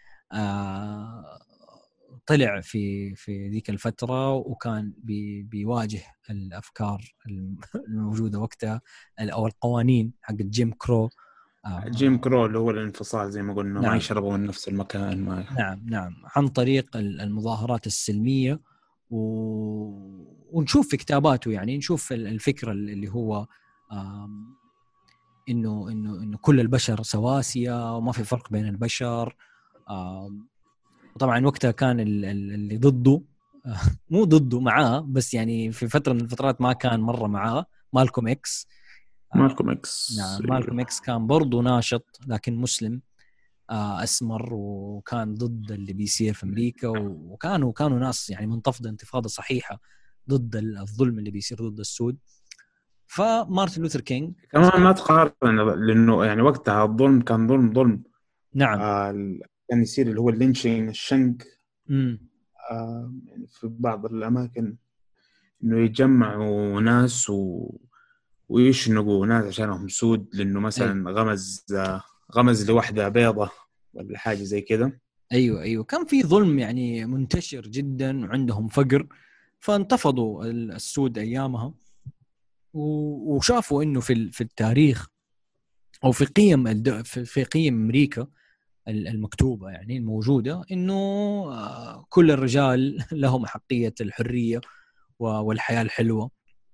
آه طلع في في ذيك الفترة وكان بي بيواجه الأفكار الموجودة وقتها أو القوانين حق جيم كرو. آه جيم كرو اللي هو الانفصال زي ما قلنا، ما نعم يشربوا من نفس المكان ما. نعم نعم عن طريق المظاهرات السلمية. و... ونشوف في كتاباته يعني نشوف الفكرة اللي هو آم... إنه إنه إنه كل البشر سواسية وما في فرق بين البشر. آم... وطبعا وقتها كان اللي ضده مو ضده معاه، بس يعني في فترة من الفترات ما كان مرة معاه مالكوم إكس. مالكوم إكس. نعم مالكوم إكس كان برضو ناشط لكن مسلم أسمر، وكان ضد اللي بيصير في أمريكا، وكانوا كانوا ناس يعني منتفضة انتفاضة صحيحة ضد الظلم اللي بيصير ضد السود. فمارتن لوثر كينج كمان ما تقارن، لأنه يعني وقتها الظلم كان ظلم ظلم. نعم آه كان يصير اللي هو اللينشينج، الشنق امم آه يعني في بعض الأماكن، إنه يجمعوا ناس و... ويشنقوا ناس عشانهم سود، لأنه أي. مثلا غمز آه غمز لوحدة بيضة ولا حاجة زي كده. ايوه ايوه كان في ظلم يعني منتشر جدا وعندهم فقر، فانتفضوا السود ايامها، وشافوا انه في في التاريخ او في قيم الد... في قيم امريكا المكتوبه يعني الموجوده، انه كل الرجال لهم احقيه الحريه والحياه الحلوه.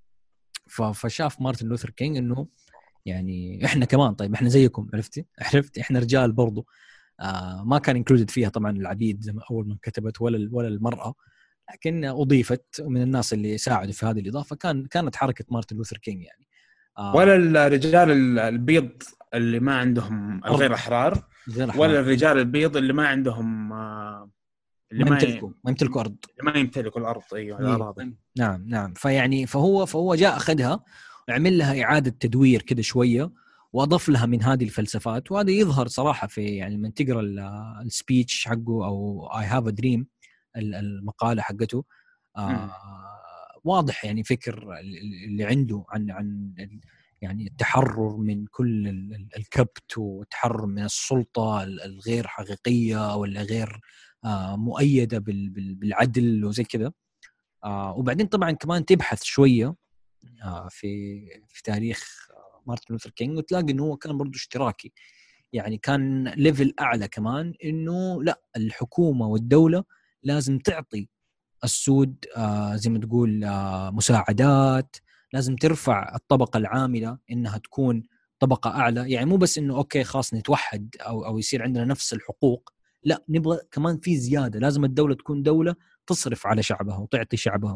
فشاف مارتن لوثر كينج انه يعني احنا كمان، طيب احنا زيكم، عرفتي عرفت احنا رجال برضو. آه ما كان انكلودد فيها طبعا العبيد زي ما اول ما كتبت، ولا ولا المراه، لكن اضيفت من الناس اللي ساعدوا في هذه الاضافه كان كانت حركه مارتن لوثر كينج يعني. ولا آه الرجال البيض اللي ما عندهم الغير أرض أحرار، غير ولا احرار، الرجال البيض اللي ما عندهم آه اللي ما ما ي... يمتلكوا ما يمتلكوا ارض. اللي ما يمتلكوا الأرض. أيوة إيه. الأراضي. نعم نعم فيعني فهو فهو جاء اخذها وعمل لها اعاده تدوير كده شويه، واضاف لها من هذه الفلسفات. وهذا يظهر صراحه في يعني من تقرا السبيتش حقه او I have a dream، المقاله حقته، آه واضح يعني فكر اللي عنده عن عن يعني التحرر من كل الكبت، والتحرر من السلطه الغير حقيقيه ولا غير آه مؤيده بالعدل وزي كذا. آه وبعدين طبعا كمان تبحث شويه آه في في تاريخ مارتن لوثر كينج، وتلاقي انه هو كان برضو اشتراكي، يعني كان ليفل اعلى كمان، انه لا الحكومه والدوله لازم تعطي السود آه زي ما تقول آه مساعدات، لازم ترفع الطبقه العامله انها تكون طبقه اعلى. يعني مو بس انه اوكي خلاص نتوحد او او يصير عندنا نفس الحقوق، لا نبغى كمان في زياده، لازم الدوله تكون دوله تصرف على شعبها وتعطي شعبها.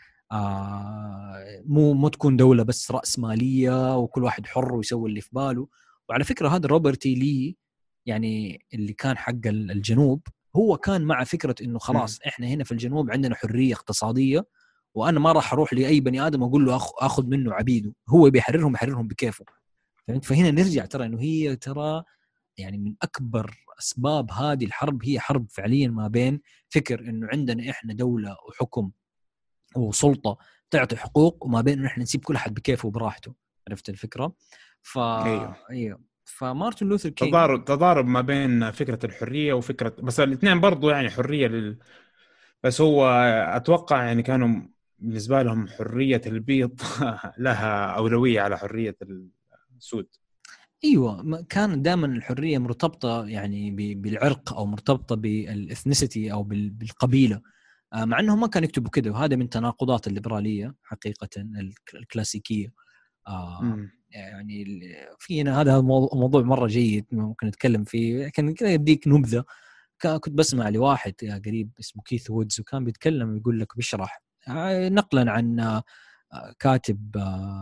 آه مو مو تكون دولة بس رأسمالية وكل واحد حر ويسوي اللي في باله. وعلى فكرة هذا روبرت لي يعني اللي كان حق الجنوب، هو كان مع فكرة إنه خلاص إحنا هنا في الجنوب عندنا حرية اقتصادية، وأنا ما راح أروح لأي بني آدم أقول له أخذ منه عبيده، هو بيحررهم يحررهم بكيفه. فهمت؟ فهنا نرجع ترى إنه هي ترى يعني من أكبر أسباب هذه الحرب هي حرب فعليا ما بين فكر إنه عندنا إحنا دولة وحكم وسلطة تعطي حقوق، وما بين إن إحنا نسيب كل أحد بكيفه وبراحته. عرفت الفكرة؟ ف أيوة. أيوه فمارتن لوثر كينج تضارب تضارب ما بين فكرة الحرية وفكرة، بس الاثنين برضو يعني حرية لل... بس هو أتوقع يعني كانوا بالنسبة لهم حرية البيض لها أولوية على حرية السود. ايوه كان دائما الحريه مرتبطه يعني بالعرق او مرتبطه بالاثنيسيتي او بالقبيله، مع انهم ما كانوا يكتبوا كده، وهذا من تناقضات الليبراليه حقيقه الكلاسيكيه. آه يعني فينا هذا موضوع مره جيد ممكن نتكلم فيه، كان كذا يديك نبذه. كنت بسمع لواحد قريب اسمه كيث وودز، وكان بيتكلم يقول لك بيشرح نقلا عن كاتب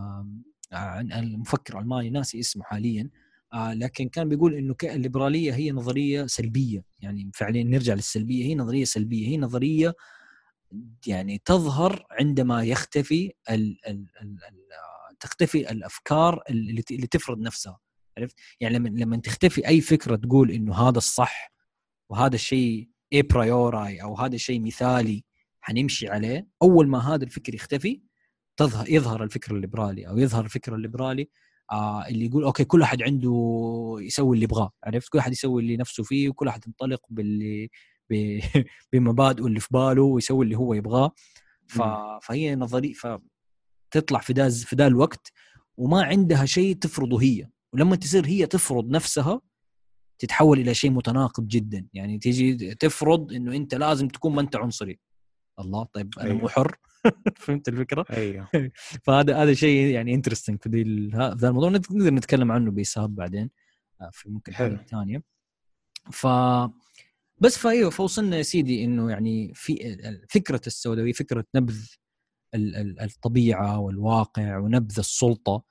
عن المفكر الماني ناسي اسمه حاليا، لكن كان بيقول انه الليبراليه هي نظريه سلبيه، يعني فعليا نرجع للسلبيه، هي نظريه سلبيه، هي نظريه يعني تظهر عندما يختفي ال ال ال ال تختفي الافكار اللي اللي تفرض نفسها. عرفت؟ يعني لما لما تختفي اي فكره تقول انه هذا الصح وهذا الشيء اي برايوراي او هذا الشيء مثالي حنمشي عليه، اول ما هذا الفكر يختفي تظهر يظهر الفكر الليبرالي، او يظهر الفكر الليبرالي آه اللي يقول اوكي كل احد عنده يسوي اللي يبغاه. عرفت؟ كل احد يسوي اللي نفسه فيه، وكل احد ينطلق باللي بمبادئه اللي في باله ويسوي اللي هو يبغاه. ف... فهي نظريه فتطلع في ذا في ذا الوقت وما عندها شيء تفرضه هي، ولما تصير هي تفرض نفسها تتحول الى شيء متناقض جدا. يعني تيجي تفرض انه انت لازم تكون ما انت عنصري. الله، طيب انا أيوة. مو حر؟ فهمت الفكره؟ أيوة. فهذا هذا شيء يعني انترستنج في هذا الموضوع، نقدر نتكلم عنه بيساب بعدين في ممكن حلو. حلقه ثانيه. ف بس فايوه فوصلنا يا سيدي انه يعني في فكره السوداوي، فكره نبذ الطبيعه والواقع ونبذ السلطه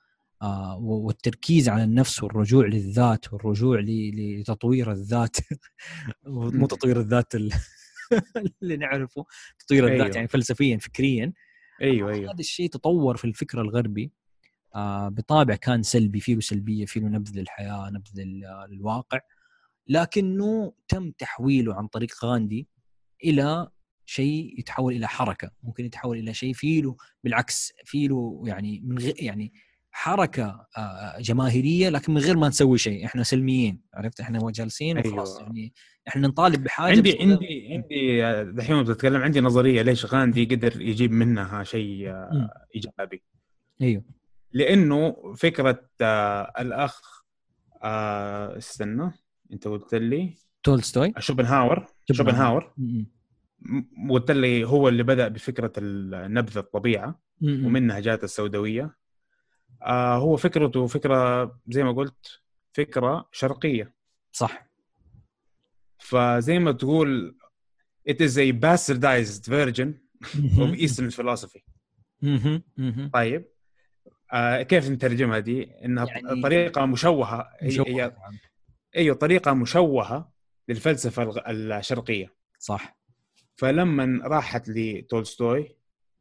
آه والتركيز على النفس والرجوع للذات والرجوع لتطوير الذات مو تطوير الذات اللي نعرفه، تطوير الذات أيوه. يعني فلسفيا فكريا. أيوه أيوه. هذا الشيء تطور في الفكر الغربي آه بطابع كان سلبي، فيه سلبية، فيه نبذ للحياة، نبذ للواقع، لكنه تم تحويله عن طريق غاندي إلى شيء يتحول إلى حركة، ممكن يتحول إلى شيء فيه له بالعكس فيه له يعني من غير يعني حركة جماهيرية لكن من غير ما نسوي شيء، إحنا سلميين، عرفت، إحنا جالسين وخلاص. أيوه. يعني إحنا نطالب بحاجة عندي عندي عندي دحين بتتكلم، عندي نظرية ليش غاندي قدر يجيب منها شيء إيجابي. أيوه. لأنه فكرة آه الأخ آه استنى أنت قلت لي تولستوي، شوبنهاور شوبنهاور م- قلت لي هو اللي بدأ بفكرة نبذ الطبيعة م- ومنها جات السوداوية. آه هو فكرته فكرة زي ما قلت فكرة شرقية، صح. فزي ما تقول it is a bastardized version of Eastern philosophy. طيب آه كيف نترجمها دي؟ إنها يعني طريقة مشوهة، مشوه. هي هي أيوة طريقة مشوهة للفلسفة الشرقية. صح. فلما راحت لتولستوي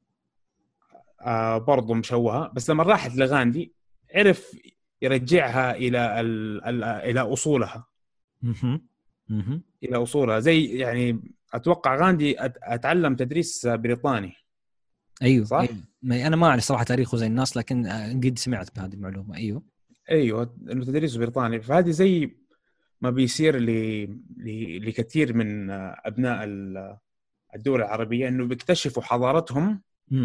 آه برضو مشوهة، بس لما راحت لغاندي عرف يرجعها إلى ال ال إلى أصولها. إلى أصولها زي يعني أتوقع غاندي أتعلم تدريس بريطاني. أيوه صح؟ أيوه. ما أنا ما أعرف صراحة تاريخه زي الناس، لكن قد سمعت بهذه المعلومة. أيوه أيوه إنه تدريس بريطاني. فهذه زي ما بيصير ل لكثير من أبناء الدول العربية إنه بيكتشفوا حضارتهم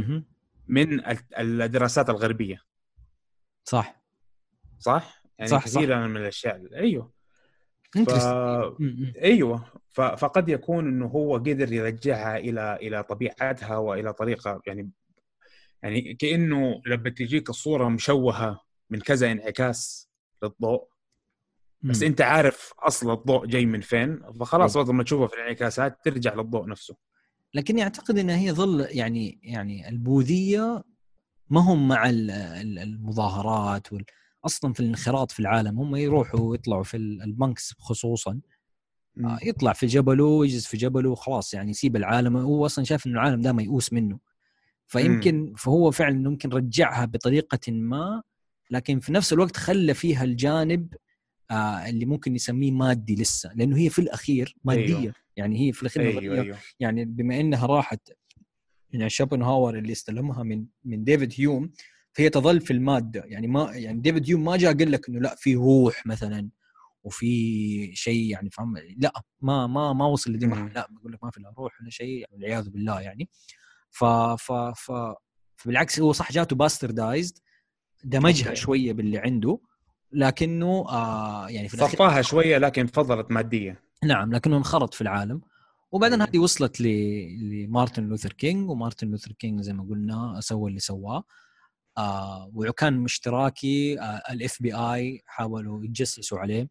من الدراسات الغربية. صح صح يعني صح كثيرا صح. من الأشياء. أيوه ف... أيوه ف... فقد يكون إنه هو قدر يرجعها إلى إلى طبيعتها وإلى طريقة يعني يعني كأنه لما تجيك الصورة مشوهة من كذا انعكاس للضوء بس أنت عارف أصل الضوء جاي من فين، فخلاص وقت ما تشوفه في الانعكاسات ترجع للضوء نفسه. لكني أعتقد أنها هي ظل يعني يعني البوذية ما هم مع المظاهرات وال... أصلا في الانخراط في العالم، هم يروحوا ويطلعوا في البنكس خصوصا، م. يطلع في جبله ويجلس في جبله وخلاص، يعني يسيب العالم. هو أصلا شايف إنه العالم ده ما يؤوس منه، فيمكن م. فهو فعلا ممكن رجعها بطريقة ما، لكن في نفس الوقت خلى فيها الجانب آه اللي ممكن نسميه مادي لسه، لأنه هي في الأخير مادية. أيوه. يعني هي في الأخير أيوه نظرية. أيوه. يعني بما أنها راحت يعني شوبنهاور اللي استلمها من من ديفيد هيوم، فهي تظل في المادة. يعني ما يعني ديفيد هيوم ما جاء قال لك إنه لا في روح مثلا وفي شيء، يعني فهم، لا ما ما ما وصل لدي مرحلة، لا بقول لك ما في لا روح ولا شيء، يعني والعياذ بالله. يعني ف ف ف فبالعكس هو صح جاته باستردايزد، دمجها أوكي. شوية باللي عنده، لكنه آه يعني في الأخير صفاها شوية لكن فضلت مادية. نعم، لكنه انخرط في العالم. وبعدين هذه وصلت لمارتن لوثر كينج، ومارتن لوثر كينج زي ما قلنا سوى اللي سواه. آه وكان اشتراكي. آه الاف بي اي حاولوا يتجسسوا عليه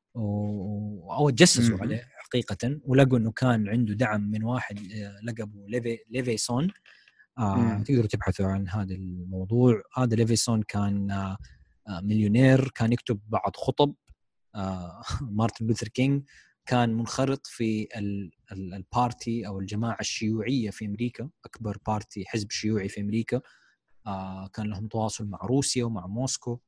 او تجسسوا عليه حقيقة، ولقوا انه كان عنده دعم من واحد آه لقبه ليفي ليفيسون. آه تقدروا تبحثوا عن هذا الموضوع. هذا ليفيسون كان آه مليونير، كان يكتب بعض خطب آه مارتن لوثر كينج. كان منخرط في البارتي أو الجماعة الشيوعية في أمريكا، أكبر بارتي حزب شيوعي في أمريكا. آه كان لهم تواصل مع روسيا ومع موسكو،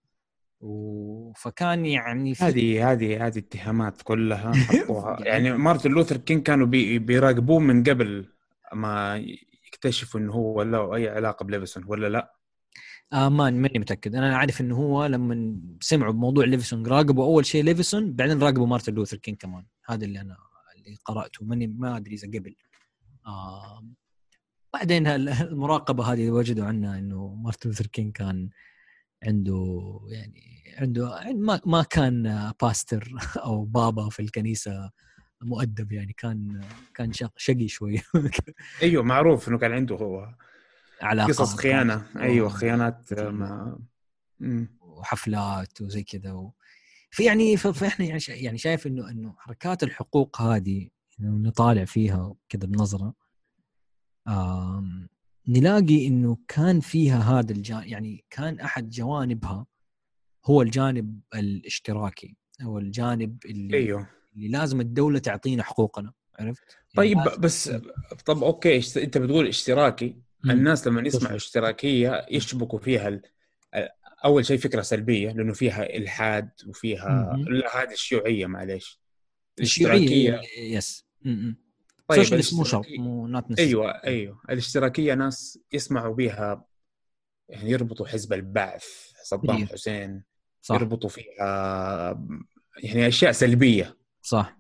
فكان يعني في هذه هذه هذه اتهامات كلها حطوها. يعني مارتن لوثر كينج كانوا بي بيراقبوه من قبل ما يكتشفوا إنه هو له أي علاقة بليفيسون ولا لا. آه ما ماني متأكد. أنا عارف إنه هو لما سمعوا بموضوع ليفيسون راقبوا أول شيء ليفيسون، بعدين راقبوا مارتن لوثر كينج كمان. هذا اللي أنا اللي قرأته، ماني ما أدري إذا قبل. آه بعدين المراقبة هذه وجدوا عنها إنه مارتن لوثر كينج كان عنده يعني عنده ما ما كان باستر أو بابا في الكنيسة مؤدب، يعني كان كان شقي شوي. أيوة معروف إنه كان عنده هو علاقات قصص خيانة. أيوة خيانات مع وحفلات وزي كذا و... في يعني فإحنا يعني يعني شايف إنه إنه حركات الحقوق هذه إنه نطالع فيها كذا بنظرة، نلاقي إنه كان فيها هذا الجانب، يعني كان أحد جوانبها هو الجانب الاشتراكي، هو الجانب اللي ايوه اللي لازم الدولة تعطينا حقوقنا، عرفت يعني طيب لازم. بس طب اوكي اشت- انت بتقول اشتراكي. امم الناس لما يسمعوا سوشيالست. اشتراكية يشبكوا فيها ال... اول شيء فكرة سلبية لانه فيها الحاد وفيها امم لا هذه الشيوعية معليش. الشيوعية هي الاشتراكية اللي يس. امم طيب سوشيالست مو شرط، الاشتراكية مو نوت ايوه نسيسري. ايوه الاشتراكية ناس يسمعوا بها يعني يربطوا حزب البعث صدام كثير. حسين صح يربطوا فيها يعني اشياء سلبية. صح.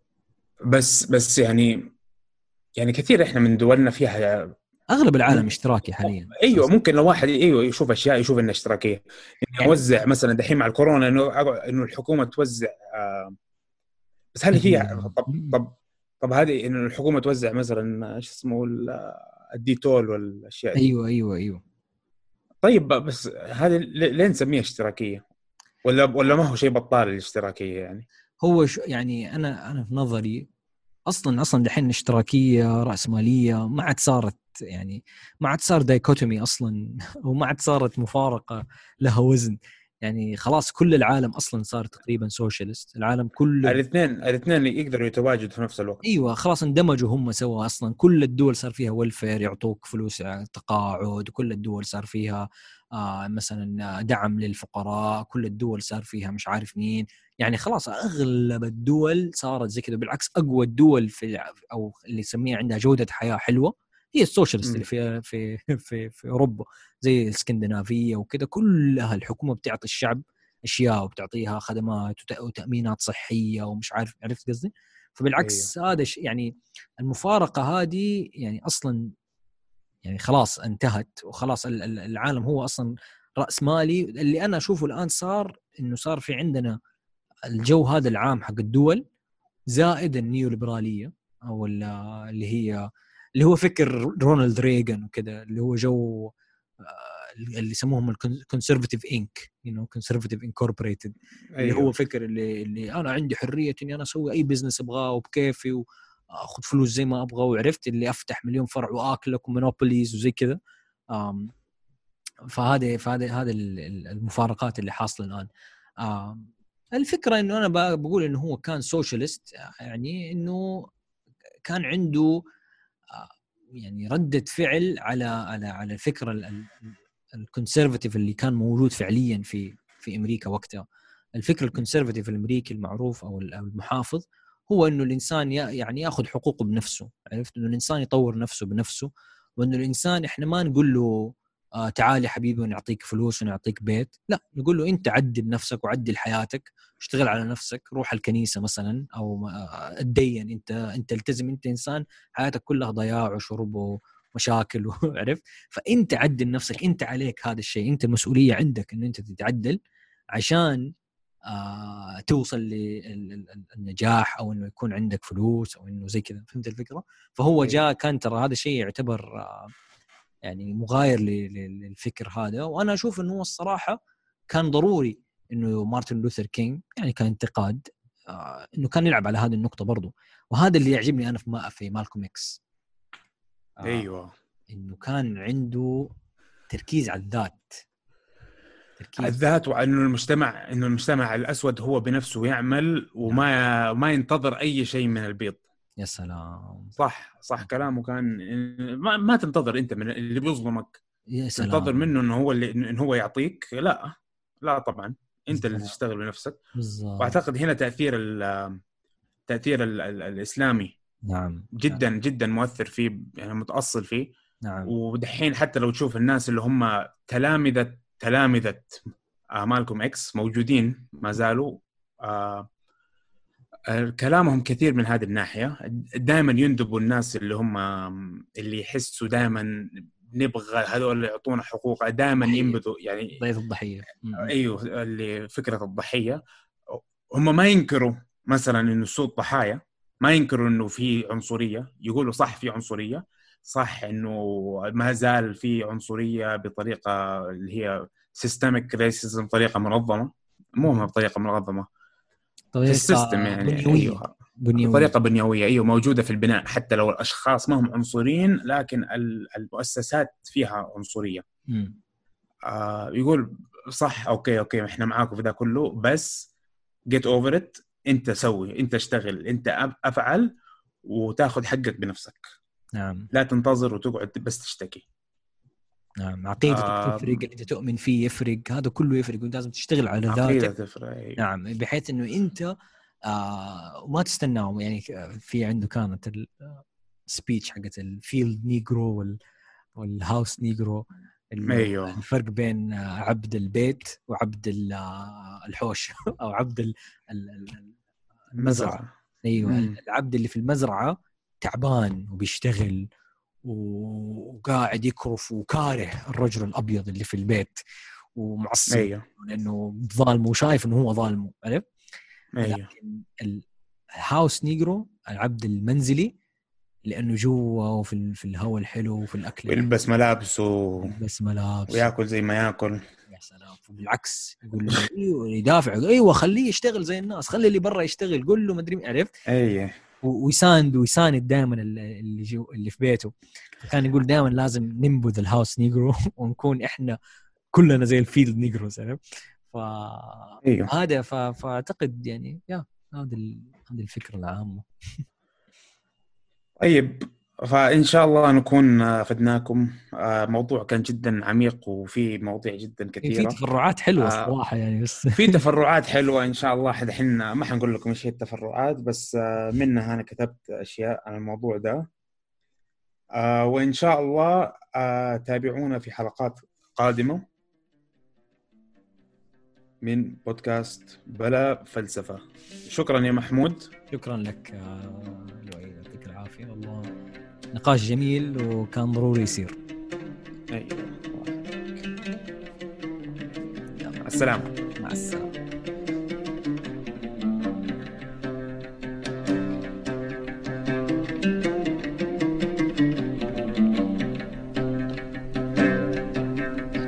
بس بس يعني يعني كثير احنا من دولنا فيها اغلب العالم ممكن. اشتراكي حاليا ايوه اساسا. ممكن لو واحد ايوه يشوف اشياء يشوف انها اشتراكيه اني يعني اوزع مثلا دحين مع الكورونا انه انه الحكومه توزع آه، بس هل هي ادويه. طب طب طب هذه انه الحكومه توزع مثلا ايش اسمه ال- الديتول والاشياء دي. ايوه ايوه ايوه. طيب بس هذه ل- ليه نسميها اشتراكيه ولا ولا ما هو شيء بطال الاشتراكيه يعني. هو شو يعني، انا انا في نظري اصلا اصلا دحين اشتراكيه راسماليه ما عاد صارت يعني، ما عاد صار دايكوتومي اصلا وما عاد صارت مفارقه لها وزن. يعني خلاص كل العالم اصلا صار تقريبا سوشيالست، العالم كله. الاثنين الاثنين يقدروا يتواجدوا في نفس الوقت. ايوه خلاص اندمجوا هم سوا، اصلا كل الدول صار فيها ويلفير، يعطوك فلوس تقاعد، وكل الدول صار فيها آه مثلا دعم للفقراء، كل الدول صار فيها مش عارف مين. يعني خلاص اغلب الدول صارت زي كذا، بالعكس اقوى الدول في او اللي يسميها عندها جودة حياة حلوة هي السوشيالست اللي امم في في في في اوروبا، زي الاسكندنافية وكذا. كلها الحكومة بتعطي الشعب اشياء وبتعطيها خدمات وتامينات صحية ومش عارف، عرفت قصدي؟ ايوه فبالعكس هذا ش... يعني المفارقة هذه يعني أصلا يعني خلاص انتهت، وخلاص العالم هو أصلا رأس مالي. اللي أنا أشوفه الآن صار إنه صار في عندنا الجو هذا العام حق الدول، زائد النيوليبرالية أو اللي هي اللي هو فكر رونالد ريغان وكذا، اللي هو جو اللي يسموهم الكونسرفتيف انك يو نو كونسرفتيف انكوربوريتد، اللي هو ايوه فكر اللي اللي انا عندي حريه اني انا اسوي اي بزنس ابغاه وبكيفي واخذ فلوس زي ما ابغى، وعرفت اللي افتح مليون فرع واكلك ومونوبوليز وزي كذا. فهذه فهذه هذه المفارقات اللي حاصله الان. الفكره انه انا بقول انه هو كان سوشيالست، يعني انه كان عنده يعني ردة فعل على على على الفكرة الكونسرفتيف اللي كان موجود فعليا في في أمريكا وقتها. الفكر الكونسرفتيف الأمريكي المعروف أو المحافظ هو إنه الإنسان يعني يأخذ حقوقه بنفسه، عرفت إنه الإنسان يطور نفسه بنفسه، وإنه الإنسان إحنا ما نقول له آه تعال يا حبيبي ونعطيك فلوس ونعطيك بيت، لا نقول له أنت عدل نفسك وعدل حياتك، اشتغل على نفسك، روح الكنيسة مثلا أو اتدين، أنت أنت التزم، أنت إنسان حياتك كلها ضياع وشرب ومشاكل وعرفت. فأنت عدل نفسك، أنت عليك هذا الشيء، أنت مسؤولية عندك إنه أنت تتعدل عشان آه توصل للنجاح أو إنه يكون عندك فلوس أو إنه زي كذا. فهمت الفكرة؟ فهو ايوه جاء كان ترى هذا الشيء يعتبر آه يعني مغاير للفكر هذا. وأنا أشوف إنه الصراحة كان ضروري إنه مارتن لوثر كينج يعني كان انتقاد آه إنه كان يلعب على هذه النقطة برضو. وهذا اللي يعجبني أنا في ما في مالكوم إكس، آه ايوه إنه كان عنده تركيز على الذات، تركيز. الذات وانه المجتمع انه المجتمع الاسود هو بنفسه يعمل نعم. وما ما ينتظر اي شيء من البيض. يا سلام. صح صح كلامه كان ما, ما تنتظر انت من اللي بيظلمك يا تنتظر سلام. منه انه هو اللي انه هو يعطيك. لا لا طبعا انت اللي بالضبط تشتغل بنفسك. بالضبط. واعتقد هنا تاثير ال تاثير ال ال الاسلامي نعم نعم جدا جدا مؤثر فيه يعني متاصل فيه. نعم. ودحين حتى لو تشوف الناس اللي هم تلامذه تلامذه آه مالكوم اكس موجودين ما زالوا آه كلامهم كثير من هذه الناحية. دائما يندبوا الناس اللي هم اللي يحسوا دائما نبغى هذول اللي يعطونا حقوق، دائما ضحية. ينبذوا يعني. ضيف الضحية. م-م. ايوه اللي فكرة الضحية. هم ما ينكروا مثلا انه صوت ضحايا، ما ينكروا انه في عنصرية، يقولوا صح في عنصرية، صح انه ما زال في عنصرية بطريقة اللي هي سيستميك ريسيزم، طريقة منظمة، مو بطريقة منظمة في السيستم طريقة يعني. بنيوية. ايوه بنيوية. بطريقه بنيويه ايوه موجوده في البناء، حتى لو الاشخاص ما هم عنصريين لكن المؤسسات فيها عنصريه. م. آه يقول صح أوكي أوكي إحنا معاكم في ده كله، بس get over it. أنت سوي، أنت اشتغل، أنت أفعل وتاخذ حقك بنفسك. نعم لا تنتظر وتقعد بس تشتكي. نعم عقيدتك آه تفرق، اللي انت تؤمن فيه يفرق، هذا كله يفرق، وانت لازم تشتغل على عقيدة ذاتك. تفرق. أيوه. نعم بحيث انه انت آه ما تستناهم. يعني في عنده كانت السبيتش حقت الفيلد نيجرو وال والهاوس نيجرو، انه أيوه. الفرق بين عبد البيت وعبد الحوش او عبد المزرعه. ايوه مم. العبد اللي في المزرعه تعبان وبيشتغل وقاعد يكرف وكاره الرجل الابيض اللي في البيت ومعصب أيوه. لانه ظالمه وشايف انه هو ظالمه، عرفت؟ أيوه. لكن الهاوس نيجرو العبد المنزلي لانه جوا وفي في الهواء الحلو وفي الاكل ويلبس ملابسه يلبس ملابس وياكل زي ما ياكل. يا سلام. بالعكس يقول له ايوه يدافع، ايوه خليه يشتغل زي الناس، خلي اللي برا يشتغل، قول له ما ادري، عرفت؟ ايه ويساند ويساند دائما اللي جو اللي في بيته. كان يقول دائما لازم ننبذ الهاوس نيجرو ونكون احنا كلنا زي الفيلد نيجروز، عرفت؟ فهذا ايوه. فاعتقد يعني يا هذه هذه الفكره العامه. طيب، فإن شاء الله نكون فدناكم. موضوع كان جدا عميق وفي مواضيع جدا كثيرة، في تفرعات حلوة الصراحة يعني، بس في تفرعات حلوة. إن شاء الله حين ما حنقول لكم إيش هي التفرعات، بس منها أنا كتبت أشياء عن الموضوع ده. وإن شاء الله تابعونا في حلقات قادمة من بودكاست بلا فلسفة. شكرا يا محمود. شكرا لك لؤي، يعطيك العافية والله، نقاش جميل وكان ضروري يصير. أيوة. مع السلامة. مع السلامة.